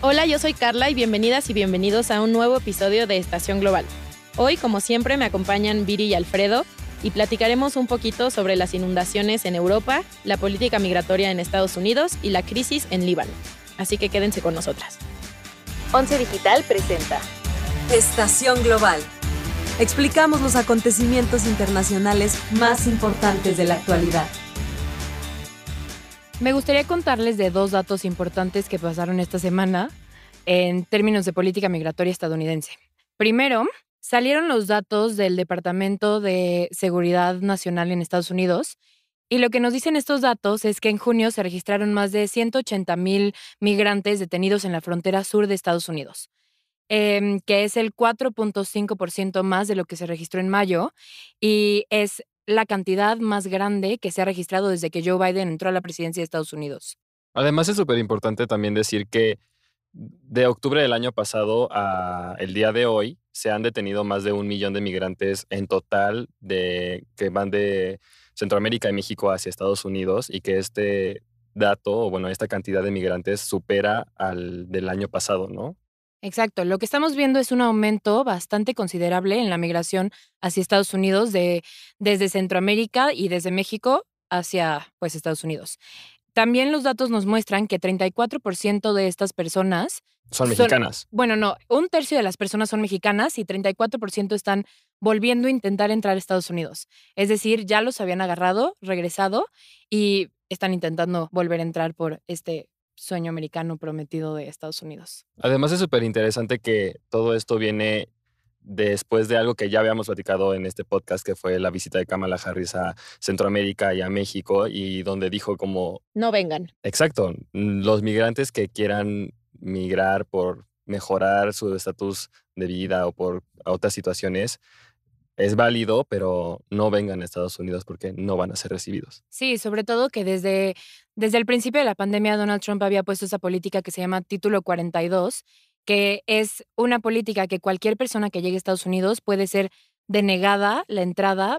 Hola, yo soy Carla y bienvenidas y bienvenidos a un nuevo episodio de Estación Global. Hoy, como siempre, me acompañan Viri y Alfredo y platicaremos un poquito sobre las inundaciones en Europa, la política migratoria en Estados Unidos y la crisis en Líbano. Así que quédense con nosotras. Once Digital presenta Estación Global. Explicamos los acontecimientos internacionales más importantes de la actualidad. Me gustaría contarles de dos datos importantes que pasaron esta semana en términos de política migratoria estadounidense. Primero, salieron los datos del Departamento de Seguridad Nacional en Estados Unidos y lo que nos dicen estos datos es que en junio se registraron más de 180,000 migrantes detenidos en la frontera sur de Estados Unidos, que es el 4.5% más de lo que se registró en mayo y es la cantidad más grande que se ha registrado desde que Joe Biden entró a la presidencia de Estados Unidos. Además, es súper importante también decir que de octubre del año pasado a el día de hoy se han detenido más de 1 millón de migrantes en total que van de Centroamérica y México hacia Estados Unidos y que este dato, o bueno, esta cantidad de migrantes supera al del año pasado, ¿no? Exacto, lo que estamos viendo es un aumento bastante considerable en la migración hacia Estados Unidos desde Centroamérica y desde México hacia pues, Estados Unidos. También los datos nos muestran que 34% de estas personas Son mexicanas. Bueno, no, un tercio de las personas son mexicanas y 34% están volviendo a intentar entrar a Estados Unidos. Es decir, ya los habían agarrado, regresado y están intentando volver a entrar por este sueño americano prometido de Estados Unidos. Además, es súper interesante que todo esto viene después de algo que ya habíamos platicado en este podcast, que fue la visita de Kamala Harris a Centroamérica y a México, y donde dijo como... No vengan. Exacto, los migrantes que quieran migrar por mejorar su estatus de vida o por otras situaciones, es válido, pero no vengan a Estados Unidos porque no van a ser recibidos. Sí, sobre todo que desde el principio de la pandemia Donald Trump había puesto esa política que se llama Título 42, que es una política que cualquier persona que llegue a Estados Unidos puede ser denegada la entrada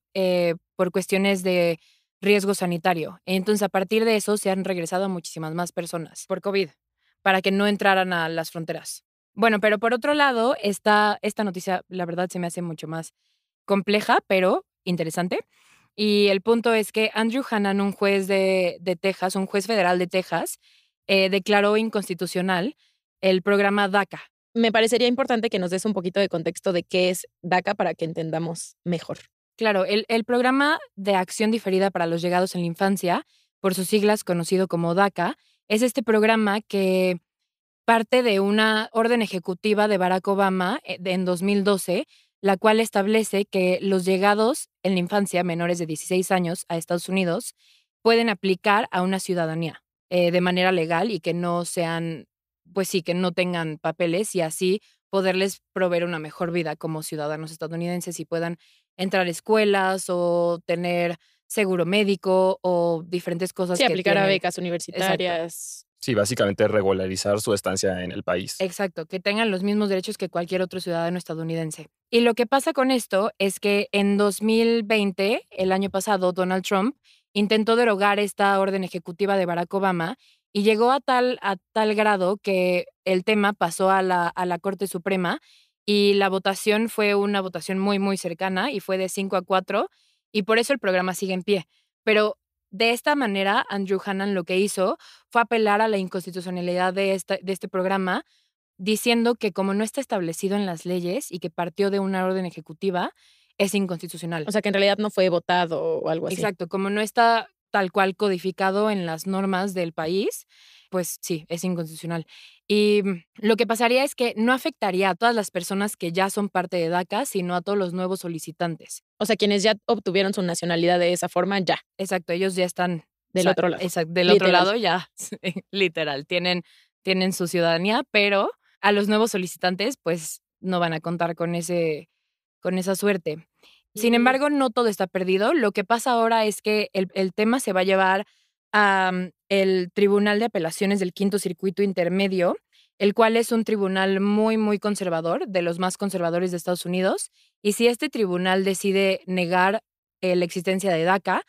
por cuestiones de riesgo sanitario. Entonces, a partir de eso, se han regresado a muchísimas más personas por COVID para que no entraran a las fronteras. Bueno, pero por otro lado, esta noticia, la verdad, se me hace mucho más compleja, pero interesante. Y el punto es que Andrew Hanan, un juez de Texas, un juez federal de Texas, declaró inconstitucional el programa DACA. Me parecería importante que nos des un poquito de contexto de qué es DACA para que entendamos mejor. Claro, el programa de acción diferida para los llegados en la infancia, por sus siglas conocido como DACA, es este programa que parte de una orden ejecutiva de Barack Obama en 2012, la cual establece que los llegados en la infancia menores de 16 años a Estados Unidos pueden aplicar a una ciudadanía de manera legal y que no sean, pues sí, que no tengan papeles y así poderles proveer una mejor vida como ciudadanos estadounidenses y puedan entrar a escuelas o tener seguro médico o diferentes cosas Sí, que aplicar a tienen. becas universitarias. Sí, básicamente regularizar su estancia en el país. Exacto, que tengan los mismos derechos que cualquier otro ciudadano estadounidense. Y lo que pasa con esto es que en 2020, el año pasado, Donald Trump intentó derogar esta orden ejecutiva de Barack Obama y llegó a tal grado que el tema pasó a la Corte Suprema y la votación fue una votación muy, muy cercana y fue de 5-4 y por eso el programa sigue en pie. Pero de esta manera, Andrew Hanan lo que hizo fue apelar a la inconstitucionalidad de este programa, diciendo que como no está establecido en las leyes y que partió de una orden ejecutiva, es inconstitucional. O sea, que en realidad no fue votado o algo así. Exacto, como no está tal cual codificado en las normas del país, pues sí, es inconstitucional. Y lo que pasaría es que no afectaría a todas las personas que ya son parte de DACA, sino a todos los nuevos solicitantes. O sea, quienes ya obtuvieron su nacionalidad de esa forma, ya. Exacto, ellos ya están Del otro lado. Exacto, del Literal. otro lado ya, literal, tienen su ciudadanía, pero a los nuevos solicitantes, pues, no van a contar con esa suerte. Sin embargo, no todo está perdido. Lo que pasa ahora es que el tema se va a llevar a el Tribunal de Apelaciones del Quinto Circuito Intermedio, el cual es un tribunal muy, muy conservador, de los más conservadores de Estados Unidos. Y si este tribunal decide negar la existencia de DACA,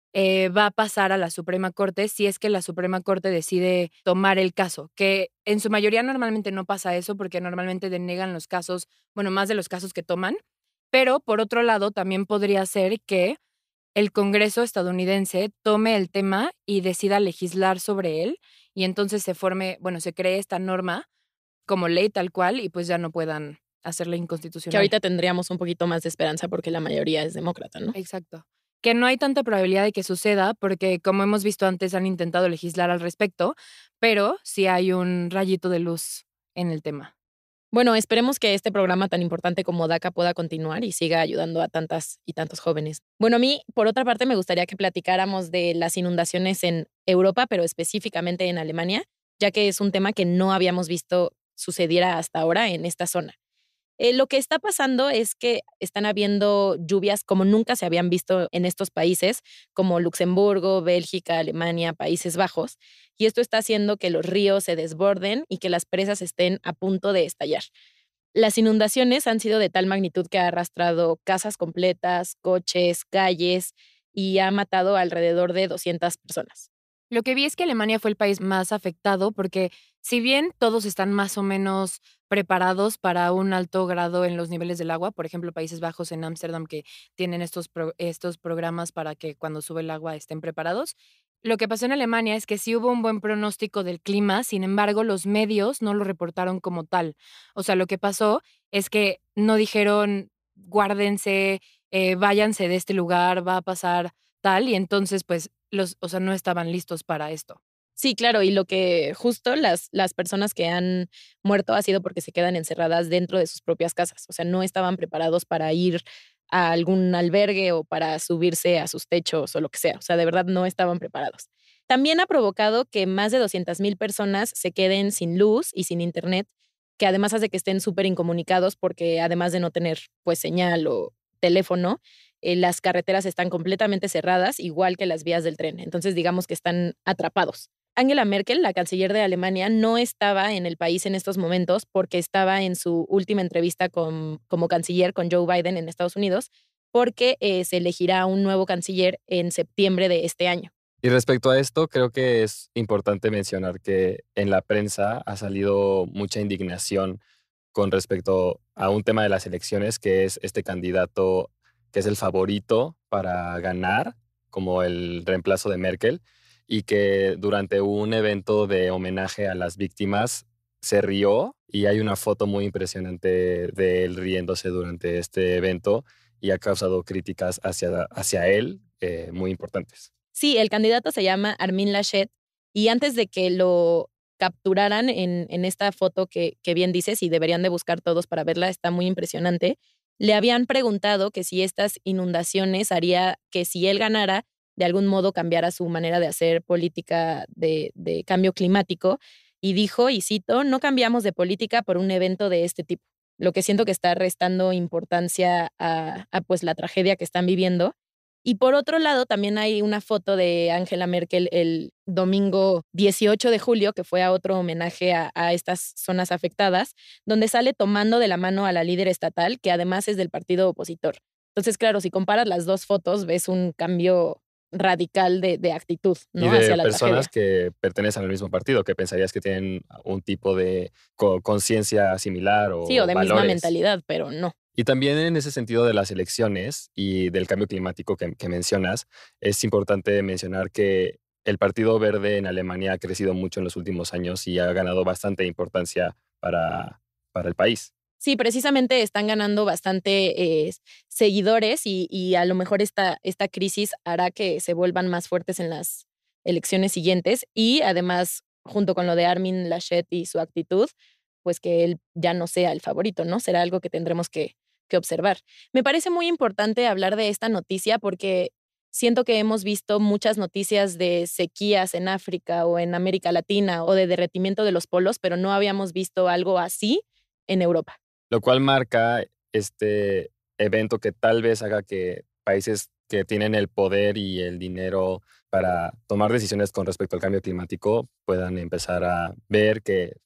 va a pasar a la Suprema Corte si es que la Suprema Corte decide tomar el caso, que en su mayoría normalmente no pasa eso porque normalmente denegan los casos, bueno, más de los casos que toman, pero por otro lado también podría ser que el Congreso estadounidense tome el tema y decida legislar sobre él y entonces se cree esta norma como ley tal cual y pues ya no puedan hacerla Que inconstitucional. ahorita tendríamos un poquito más de esperanza porque la mayoría es demócrata, ¿no? Exacto. Que no hay tanta probabilidad de que suceda porque, como hemos visto antes, han intentado legislar al respecto, pero sí hay un rayito de luz en el tema. Bueno, esperemos que este programa tan importante como DACA pueda continuar y siga ayudando a tantas y tantos jóvenes. Bueno, a mí, por otra parte, me gustaría que platicáramos de las inundaciones en Europa, pero específicamente en Alemania, ya que es un tema que no habíamos visto sucediera hasta ahora en esta zona. Lo que está pasando es que están habiendo lluvias como nunca se habían visto en estos países, como Luxemburgo, Bélgica, Alemania, Países Bajos, y esto está haciendo que los ríos se desborden y que las presas estén a punto de estallar. Las inundaciones han sido de tal magnitud que ha arrastrado casas completas, coches, calles y ha matado alrededor de 200 personas. Lo que vi es que Alemania fue el país más afectado porque si bien todos están más o menos preparados para un alto grado en los niveles del agua, por ejemplo, Países Bajos en Ámsterdam que tienen estos programas para que cuando sube el agua estén preparados, lo que pasó en Alemania es que sí hubo un buen pronóstico del clima, sin embargo, los medios no lo reportaron como tal. O sea, lo que pasó es que no dijeron guárdense, váyanse de este lugar, va a pasar tal, y entonces, pues, o sea, no estaban listos para esto. Sí, claro, y lo que justo las personas que han muerto ha sido porque se quedan encerradas dentro de sus propias casas, o sea, no estaban preparados para ir a algún albergue o para subirse a sus techos o lo que sea, o sea, de verdad no estaban preparados. También ha provocado que más de 200,000 personas se queden sin luz y sin internet, que además hace que estén súper incomunicados porque además de no tener, pues, señal o teléfono, las carreteras están completamente cerradas, igual que las vías del tren. Entonces, digamos que están atrapados. Angela Merkel, la canciller de Alemania, no estaba en el país en estos momentos porque estaba en su última entrevista como canciller con Joe Biden en Estados Unidos, porque se elegirá un nuevo canciller en septiembre de este año. Y respecto a esto, creo que es importante mencionar que en la prensa ha salido mucha indignación con respecto a un tema de las elecciones, que es este candidato que es el favorito para ganar como el reemplazo de Merkel y que durante un evento de homenaje a las víctimas se rió y hay una foto muy impresionante de él riéndose durante este evento y ha causado críticas hacia él muy importantes. Sí, el candidato se llama Armin Laschet y antes de que lo capturaran en esta foto que bien dices y deberían de buscar todos para verla, está muy impresionante, le habían preguntado que si estas inundaciones haría que si él ganara, de algún modo cambiara su manera de hacer política de cambio climático y dijo, y cito, no cambiamos de política por un evento de este tipo. Lo que siento que está restando importancia a pues la tragedia que están viviendo. Y por otro lado, también hay una foto de Angela Merkel el domingo 18 de julio, que fue a otro homenaje a estas zonas afectadas, donde sale tomando de la mano a la líder estatal, que además es del partido opositor. Entonces, claro, si comparas las dos fotos, ves un cambio radical de actitud, Y ¿no? de Hacia la personas tragedia. que pertenecen al mismo partido, que pensarías que tienen un tipo de conciencia similar Sí, o o de misma valores. mentalidad, pero no. Y también en ese sentido de las elecciones y del cambio climático que mencionas, es importante mencionar que el Partido Verde en Alemania ha crecido mucho en los últimos años y ha ganado bastante importancia para el país. Sí, precisamente están ganando bastante seguidores y a lo mejor esta crisis hará que se vuelvan más fuertes en las elecciones siguientes y además, junto con lo de Armin Laschet y su actitud, pues que él ya no sea el favorito, ¿no? Será algo que tendremos que observar. Me parece muy importante hablar de esta noticia porque siento que hemos visto muchas noticias de sequías en África o en América Latina o de derretimiento de los polos, pero no habíamos visto algo así en Europa. Lo cual marca este evento que tal vez haga que países que tienen el poder y el dinero para tomar decisiones con respecto al cambio climático puedan empezar a ver que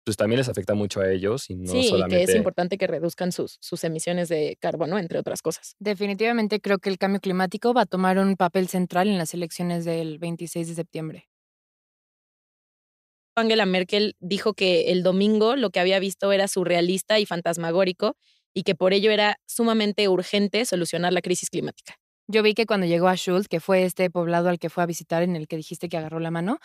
pues también les afecta mucho a ellos y no Sí, y que es solamente... importante que reduzcan sus emisiones de carbono, entre otras cosas. Definitivamente creo que el cambio climático va a tomar un papel central en las elecciones del 26 de septiembre. Angela Merkel dijo que el domingo lo que había visto era surrealista y fantasmagórico y que por ello era sumamente urgente solucionar la crisis climática. Yo vi que cuando llegó a Schuld, que fue este poblado al que fue a visitar, en el que dijiste que agarró la mano,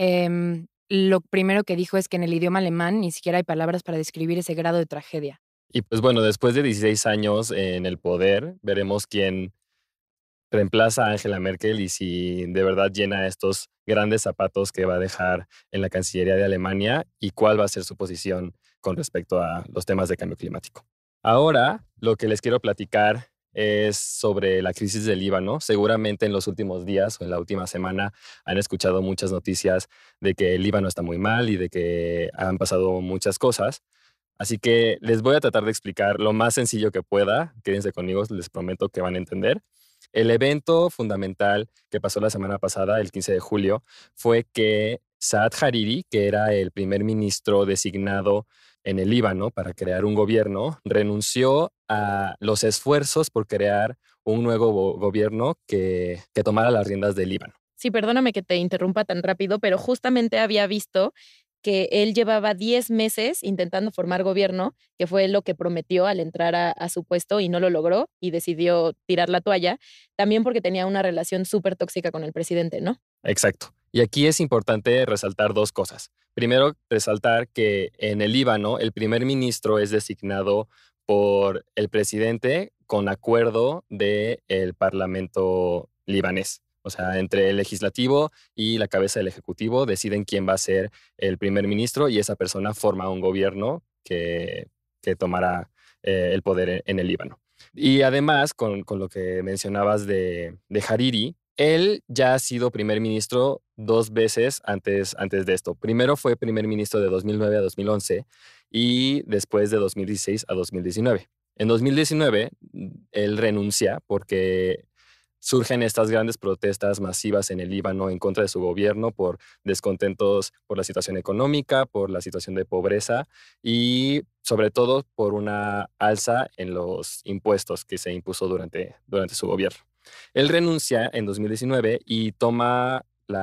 lo primero que dijo es que en el idioma alemán ni siquiera hay palabras para describir ese grado de tragedia. Y pues bueno, después de 16 años en el poder, veremos quién reemplaza a Angela Merkel y si de verdad llena estos grandes zapatos que va a dejar en la Cancillería de Alemania y cuál va a ser su posición con respecto a los temas de cambio climático. Ahora, lo que les quiero platicar es sobre la crisis del Líbano. Seguramente en los últimos días o en la última semana han escuchado muchas noticias de que el Líbano está muy mal y de que han pasado muchas cosas. Así que les voy a tratar de explicar lo más sencillo que pueda. Quédense conmigo, les prometo que van a entender. El evento fundamental que pasó la semana pasada, el 15 de julio, fue que Saad Hariri, que era el primer ministro designado en el Líbano para crear un gobierno, renunció a los esfuerzos por crear un nuevo gobierno que tomara las riendas del Líbano. Sí, perdóname que te interrumpa tan rápido, pero justamente había visto que él llevaba 10 meses intentando formar gobierno, que fue lo que prometió al entrar a su puesto y no lo logró y decidió tirar la toalla, también porque tenía una relación súper tóxica con el presidente, ¿no? Exacto. Y aquí es importante resaltar dos cosas. Primero, resaltar que en el Líbano el primer ministro es designado por el presidente con acuerdo del parlamento libanés. O sea, entre el legislativo y la cabeza del ejecutivo deciden quién va a ser el primer ministro y esa persona forma un gobierno que tomará el poder en el Líbano. Y además, con lo que mencionabas de Hariri, él ya ha sido primer ministro 2 veces antes de esto. Primero fue primer ministro de 2009 a 2011 y después de 2016 a 2019. En 2019, él renuncia porque surgen estas grandes protestas masivas en el Líbano en contra de su gobierno por descontentos por la situación económica, por la situación de pobreza y sobre todo por una alza en los impuestos que se impuso durante su gobierno. Él renuncia en 2019 y toma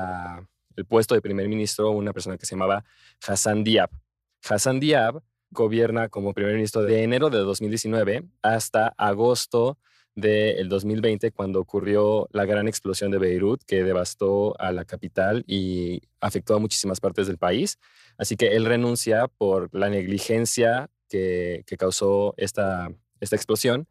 el puesto de primer ministro una persona que se llamaba Hassan Diab. Hassan Diab gobierna como primer ministro de enero de 2019 hasta agosto del 2020, cuando ocurrió la gran explosión de Beirut que devastó a la capital y afectó a muchísimas partes del país. Así que él renuncia por la negligencia que causó esta explosión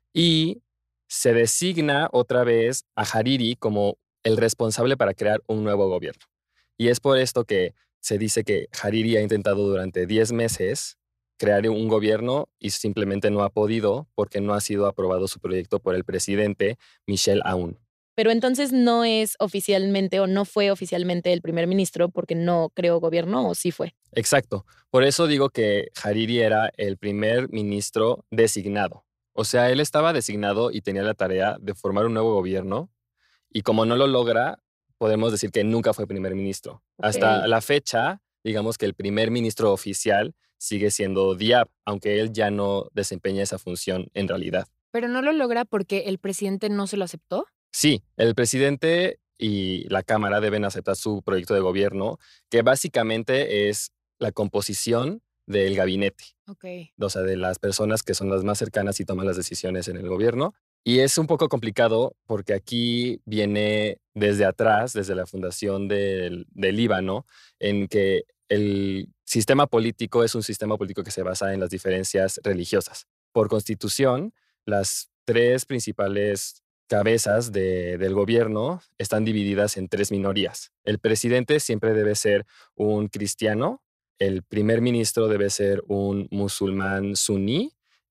y se designa otra vez a Hariri como el responsable para crear un nuevo gobierno. Y es por esto que se dice que Hariri ha intentado durante 10 meses crear un gobierno y simplemente no ha podido porque no ha sido aprobado su proyecto por el presidente Michel Aoun. Pero entonces no es oficialmente o no fue oficialmente el primer ministro porque no creó gobierno, ¿o sí fue? Exacto. Por eso digo que Hariri era el primer ministro designado. O sea, él estaba designado y tenía la tarea de formar un nuevo gobierno y como no lo logra, podemos decir que nunca fue primer ministro. Okay. Hasta la fecha, digamos que el primer ministro oficial sigue siendo Diab, aunque él ya no desempeña esa función en realidad. ¿Pero no lo logra porque el presidente no se lo aceptó? Sí, el presidente y la Cámara deben aceptar su proyecto de gobierno, que básicamente es la composición del gabinete. Okay. O sea, de las personas que son las más cercanas y toman las decisiones en el gobierno. Y es un poco complicado porque aquí viene desde atrás, desde la fundación del Líbano, en que el sistema político es un sistema político que se basa en las diferencias religiosas. Por constitución, las 3 principales cabezas del gobierno están divididas en 3 minorías. El presidente siempre debe ser un cristiano, el primer ministro debe ser un musulmán suní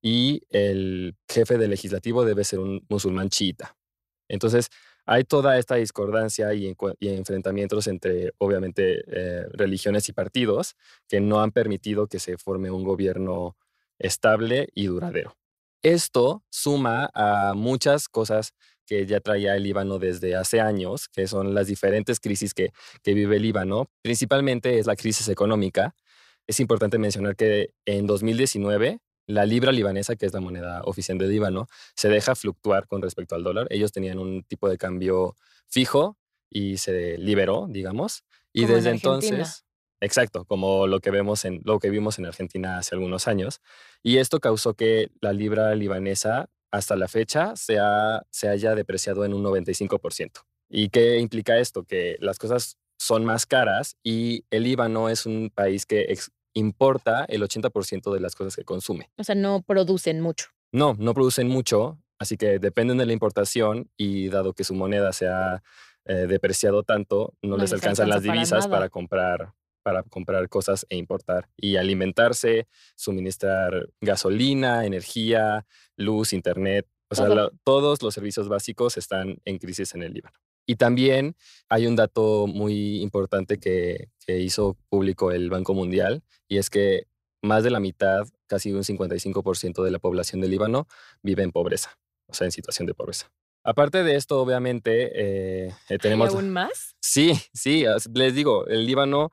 y el jefe del legislativo debe ser un musulmán chiita. Entonces, hay toda esta discordancia y enfrentamientos entre, obviamente, religiones y partidos que no han permitido que se forme un gobierno estable y duradero. Esto suma a muchas cosas que ya traía el Líbano desde hace años, que son las diferentes crisis que vive el Líbano. Principalmente es la crisis económica. es importante mencionar que en 2019 la libra libanesa, que es la moneda oficial de Líbano, se deja fluctuar con respecto al dólar. Ellos tenían un tipo de cambio fijo y se liberó, digamos. Y Como en desde Argentina. entonces, exacto, como lo que vimos en Argentina hace algunos años. Y esto causó que la libra libanesa hasta la fecha se haya depreciado en un 95%. ¿Y qué implica esto? Que las cosas son más caras y el Líbano es un país que importa el 80% de las cosas que consume. O sea, no producen mucho. No producen mucho, así que dependen de la importación y dado que su moneda se ha depreciado tanto, no No les les alcanzan alcanza las para divisas nada. para comprar cosas e importar y alimentarse, suministrar gasolina, energía, luz, internet. O sea, Todo. todos los servicios básicos están en crisis en el Líbano. Y también hay un dato muy importante que hizo público el Banco Mundial, y es que más de la mitad, casi un 55% de la población del Líbano vive en pobreza, o sea, en situación de pobreza. Aparte de esto, obviamente, ¿Hay tenemos... aún más? Sí, sí, les digo, el Líbano,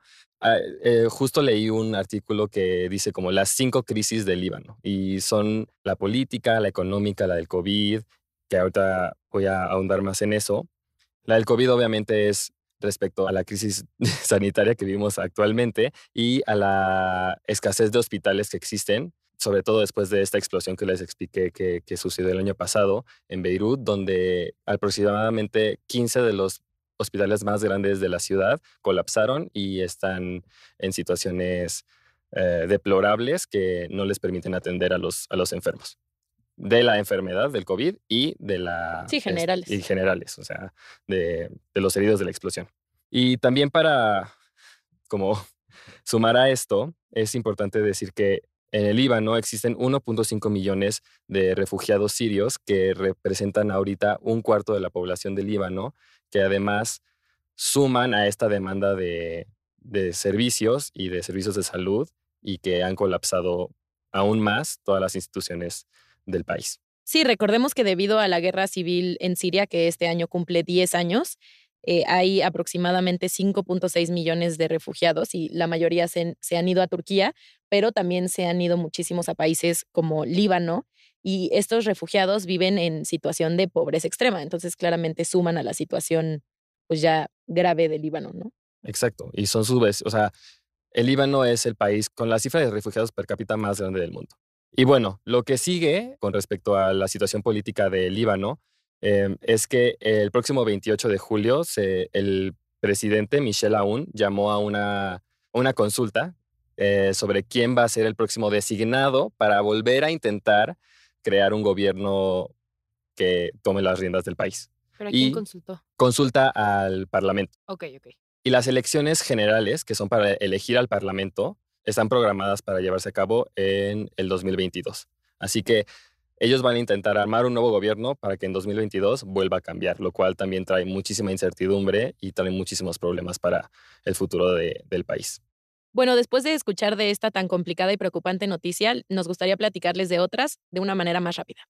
justo leí un artículo que dice como las 5 crisis del Líbano, y son la política, la económica, la del COVID, que ahorita voy a ahondar más en eso. La del COVID obviamente es respecto a la crisis sanitaria que vivimos actualmente y a la escasez de hospitales que existen, sobre todo después de esta explosión que les expliqué que sucedió el año pasado en Beirut, donde aproximadamente 15 de los hospitales más grandes de la ciudad colapsaron y están en situaciones deplorables que no les permiten atender a los enfermos de la enfermedad del COVID y de Sí, generales. y generales, o sea, de los heridos de la explosión. Y también para como sumar a esto, es importante decir que en el Líbano existen 1.5 millones de refugiados sirios que representan ahorita un cuarto de la población del Líbano, que además suman a esta demanda de servicios y de servicios de salud y que han colapsado aún más todas las instituciones del país. Sí, recordemos que debido a la guerra civil en Siria, que este año cumple 10 años, hay aproximadamente 5.6 millones de refugiados y la mayoría se han ido a Turquía, pero también se han ido muchísimos a países como Líbano, y estos refugiados viven en situación de pobreza extrema, entonces claramente suman a la situación pues ya grave del Líbano, ¿no? Exacto, y son o sea, el Líbano es el país con la cifra de refugiados per cápita más grande del mundo. Y bueno, lo que sigue con respecto a la situación política del Líbano es que el próximo 28 de julio el presidente Michel Aoun llamó a una consulta sobre quién va a ser el próximo designado para volver a intentar crear un gobierno que tome las riendas del país. ¿Pero a quién Y consultó? consulta al Parlamento. Ok. Y las elecciones generales, que son para elegir al Parlamento, están programadas para llevarse a cabo en el 2022. Así que ellos van a intentar armar un nuevo gobierno para que en 2022 vuelva a cambiar, lo cual también trae muchísima incertidumbre y trae muchísimos problemas para el futuro del país. Bueno, después de escuchar de esta tan complicada y preocupante noticia, nos gustaría platicarles de otras de una manera más rápida.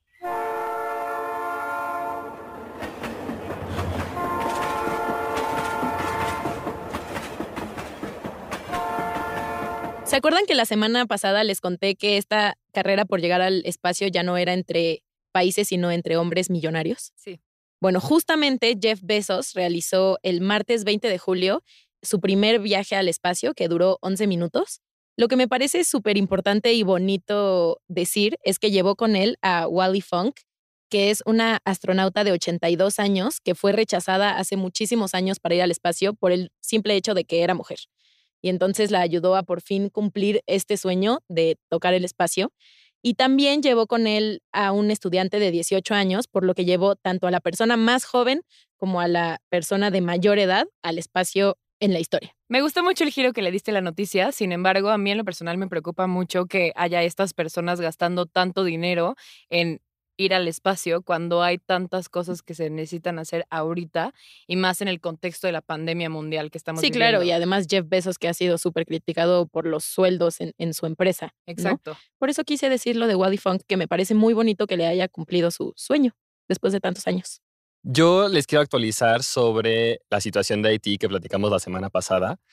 ¿Se acuerdan que la semana pasada les conté que esta carrera por llegar al espacio ya no era entre países, sino entre hombres millonarios? Sí. Bueno, justamente Jeff Bezos realizó el martes 20 de julio su primer viaje al espacio, que duró 11 minutos. Lo que me parece súper importante y bonito decir es que llevó con él a Wally Funk, que es una astronauta de 82 años que fue rechazada hace muchísimos años para ir al espacio por el simple hecho de que era mujer. Y entonces la ayudó a por fin cumplir este sueño de tocar el espacio. Y también llevó con él a un estudiante de 18 años, por lo que llevó tanto a la persona más joven como a la persona de mayor edad al espacio en la historia. Me gustó mucho el giro que le diste a la noticia, sin embargo, a mí en lo personal me preocupa mucho que haya estas personas gastando tanto dinero en ir al espacio cuando hay tantas cosas que se necesitan hacer ahorita y más en el contexto de la pandemia mundial que estamos Sí, viviendo. claro, y además Jeff Bezos, que ha sido súper criticado por los sueldos en su empresa, ¿no? Exacto. Por eso quise decir lo de Wally Funk, que me parece muy bonito que le haya cumplido su sueño después de tantos años. Yo les quiero actualizar sobre la situación de Haití que platicamos la semana pasada.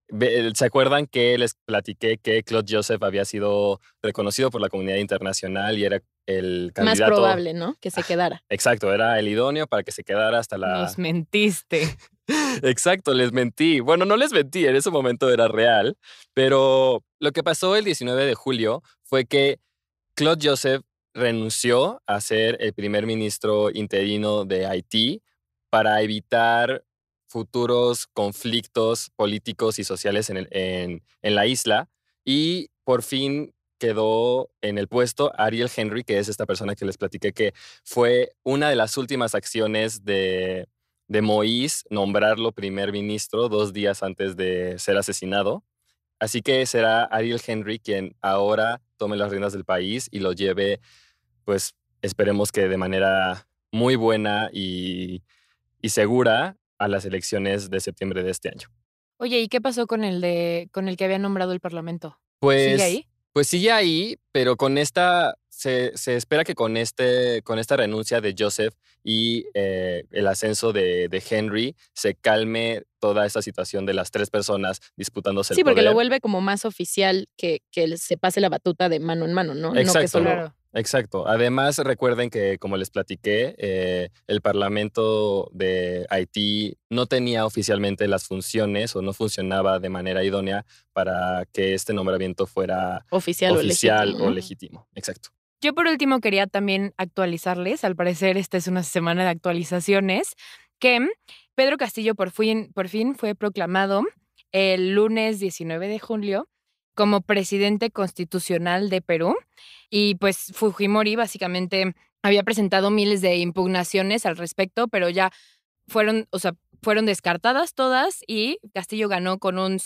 ¿Se acuerdan que les platiqué que Claude Joseph había sido reconocido por la comunidad internacional y era el candidato más probable, ¿no? Que se quedara. Exacto, era el idóneo para que se quedara hasta la... Nos mentiste. Exacto, les mentí. Bueno, no les mentí, en ese momento era real, pero lo que pasó el 19 de julio fue que Claude Joseph renunció a ser el primer ministro interino de Haití para evitar futuros conflictos políticos y sociales en la isla, y por fin quedó en el puesto Ariel Henry, que es esta persona que les platiqué que fue una de las últimas acciones de Moïse, nombrarlo primer ministro 2 días antes de ser asesinado. Así que será Ariel Henry quien ahora tome las riendas del país y lo lleve, pues esperemos que de manera muy buena y segura a las elecciones de septiembre de este año. Oye, ¿y qué pasó con el que había nombrado el Parlamento? Pues, ¿Sigue ahí? Pues sigue ahí, pero con esta se espera que con esta renuncia de Joseph y el ascenso de Henry se calme toda esta situación de las 3 personas disputándose el poder. Sí, porque lo vuelve como más oficial que se pase la batuta de mano en mano, ¿no? Exacto. No que solo... Claro. Exacto. Además, recuerden que, como les platiqué, el Parlamento de Haití no tenía oficialmente las funciones o no funcionaba de manera idónea para que este nombramiento fuera oficial o legítimo. Exacto. Yo por último quería también actualizarles, al parecer esta es una semana de actualizaciones, que Pedro Castillo por fin fue proclamado el lunes 19 de julio como presidente constitucional de Perú. Y pues Fujimori básicamente había presentado miles de impugnaciones al respecto, pero ya fueron descartadas todas y Castillo ganó con un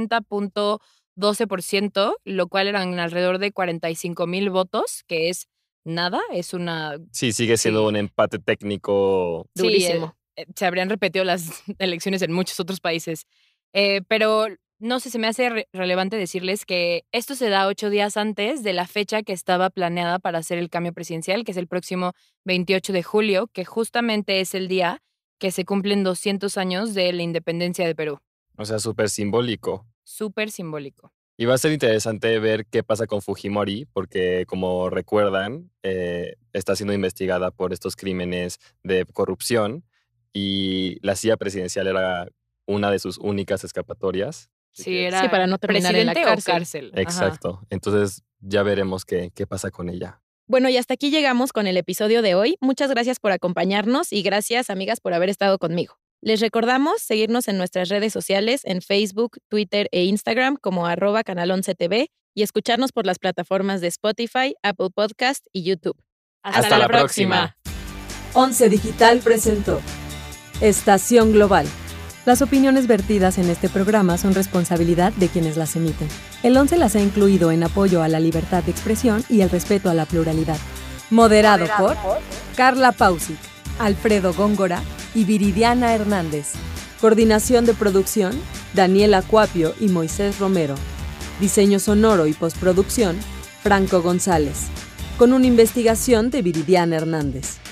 50.12%, lo cual eran alrededor de 45,000 votos, que es nada, es una... Sí, sigue siendo un empate técnico durísimo. Sí, se habrían repetido las elecciones en muchos otros países, pero... No sé, se me hace relevante decirles que esto se da 8 días antes de la fecha que estaba planeada para hacer el cambio presidencial, que es el próximo 28 de julio, que justamente es el día que se cumplen 200 años de la independencia de Perú. O sea, súper simbólico. Súper simbólico. Y va a ser interesante ver qué pasa con Fujimori, porque como recuerdan, está siendo investigada por estos crímenes de corrupción y la silla presidencial era una de sus únicas escapatorias. Sí, era para no terminar en la cárcel. Exacto. Ajá. Entonces ya veremos qué pasa con ella. Bueno, y hasta aquí llegamos con el episodio de hoy. Muchas gracias por acompañarnos y gracias, amigas, por haber estado conmigo. Les recordamos seguirnos en nuestras redes sociales en Facebook, Twitter e Instagram como @canal11tv y escucharnos por las plataformas de Spotify, Apple Podcast y YouTube. Hasta la próxima. 11 Digital presentó Estación Global. Las opiniones vertidas en este programa son responsabilidad de quienes las emiten. El 11 las ha incluido en apoyo a la libertad de expresión y el respeto a la pluralidad. Moderado por Carla Pausic, Alfredo Góngora y Viridiana Hernández. Coordinación de producción, Daniela Cuapio y Moisés Romero. Diseño sonoro y postproducción, Franco González. Con una investigación de Viridiana Hernández.